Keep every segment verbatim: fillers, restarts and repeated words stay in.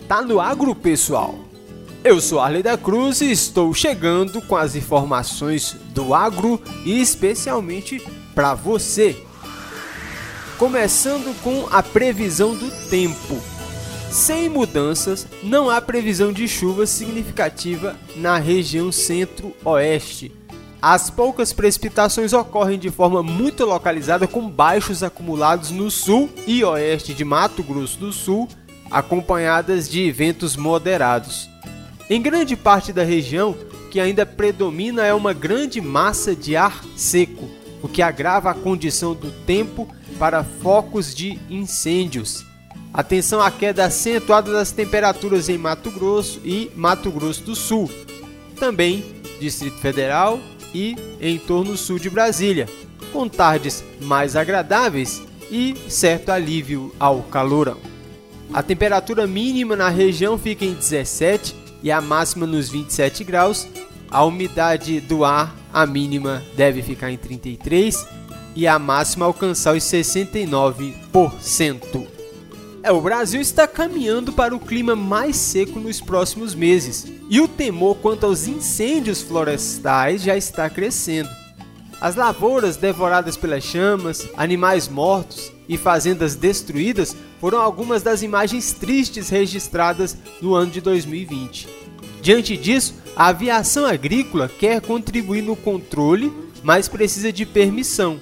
tá no agro, pessoal. Eu sou Arley da Cruz e estou chegando com as informações do agro e especialmente para você. Começando com a previsão do tempo. Sem mudanças, não há previsão de chuva significativa na região centro-oeste. As poucas precipitações ocorrem de forma muito localizada, com baixos acumulados no sul e oeste de Mato Grosso do Sul, acompanhadas de ventos moderados. Em grande parte da região, o que ainda predomina é uma grande massa de ar seco, o que agrava a condição do tempo para focos de incêndios. Atenção à queda acentuada das temperaturas em Mato Grosso e Mato Grosso do Sul, também Distrito Federal e em torno sul de Brasília, com tardes mais agradáveis e certo alívio ao calorão. A temperatura mínima na região fica em dezessete e a máxima nos vinte e sete graus. A umidade do ar, a mínima deve ficar em trinta e três e a máxima alcançar os sessenta e nove por cento. É, o Brasil está caminhando para o clima mais seco nos próximos meses e o temor quanto aos incêndios florestais já está crescendo. As lavouras devoradas pelas chamas, animais mortos e fazendas destruídas foram algumas das imagens tristes registradas no ano de dois mil e vinte. Diante disso, a aviação agrícola quer contribuir no controle, mas precisa de permissão.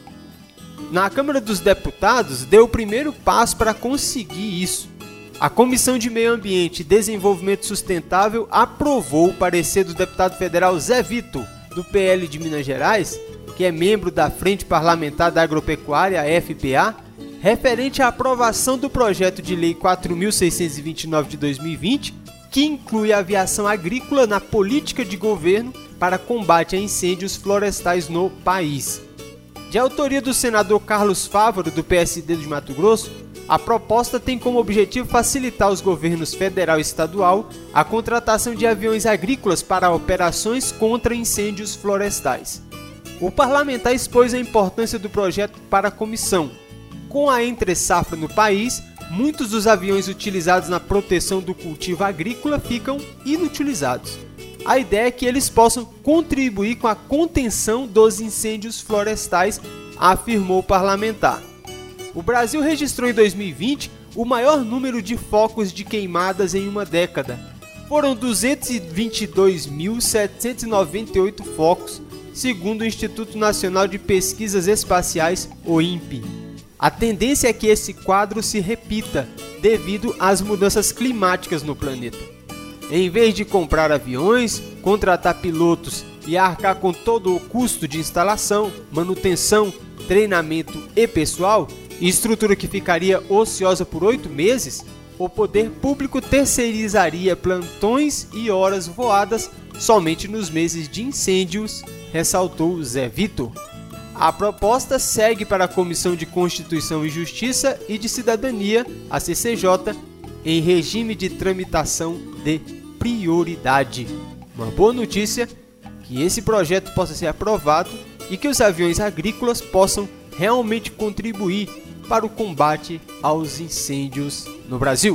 Na Câmara dos Deputados, deu o primeiro passo para conseguir isso. A Comissão de Meio Ambiente e Desenvolvimento Sustentável aprovou o parecer do deputado federal Zé Vitor, do P L de Minas Gerais, que é membro da Frente Parlamentar da Agropecuária, a F P A, referente à aprovação do projeto de lei quatro mil seiscentos e vinte e nove de dois mil e vinte, que inclui a aviação agrícola na política de governo para combate a incêndios florestais no país. De autoria do senador Carlos Fávaro, do P S D de Mato Grosso, a proposta tem como objetivo facilitar aos governos federal e estadual a contratação de aviões agrícolas para operações contra incêndios florestais. O parlamentar expôs a importância do projeto para a comissão. Com a entre-safra no país, muitos dos aviões utilizados na proteção do cultivo agrícola ficam inutilizados. A ideia é que eles possam contribuir com a contenção dos incêndios florestais, afirmou o parlamentar. O Brasil registrou em dois mil e vinte o maior número de focos de queimadas em uma década. Foram duzentos e vinte e dois mil setecentos e noventa e oito focos, segundo o Instituto Nacional de Pesquisas Espaciais, o INPE. A tendência é que esse quadro se repita devido às mudanças climáticas no planeta. Em vez de comprar aviões, contratar pilotos e arcar com todo o custo de instalação, manutenção, treinamento e pessoal, estrutura que ficaria ociosa por oito meses, o poder público terceirizaria plantões e horas voadas somente nos meses de incêndios, ressaltou Zé Vitor. A proposta segue para a Comissão de Constituição e Justiça e de Cidadania, a C C J, em regime de tramitação de prioridade. Uma boa notícia, que esse projeto possa ser aprovado e que os aviões agrícolas possam realmente contribuir para o combate aos incêndios no Brasil.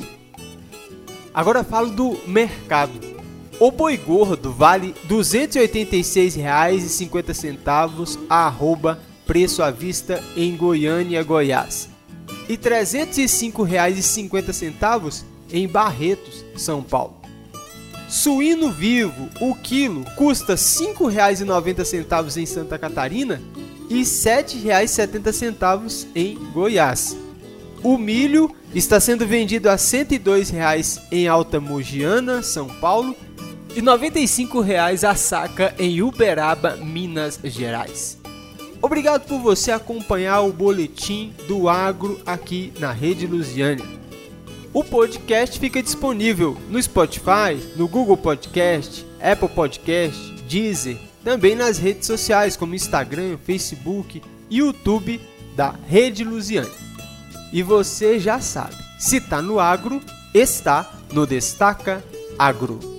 Agora falo do mercado. O boi gordo vale duzentos e oitenta e seis reais e cinquenta centavos a arroba preço à vista em Goiânia, Goiás, e trezentos e cinco reais e cinquenta centavos em Barretos, São Paulo. Suíno vivo, o quilo custa cinco reais e noventa centavos em Santa Catarina e sete reais e setenta centavos em Goiás. O milho está sendo vendido a cento e dois reais em Alta Mogiana, São Paulo, e noventa e cinco reais a saca em Uberaba, Minas Gerais. Obrigado por você acompanhar o boletim do agro aqui na Rede Lusiânia. O podcast fica disponível no Spotify, no Google Podcast, Apple Podcast, Deezer, também nas redes sociais como Instagram, Facebook e YouTube da Rede Lusiânia. E você já sabe, se tá no agro, está no Destaca Agro.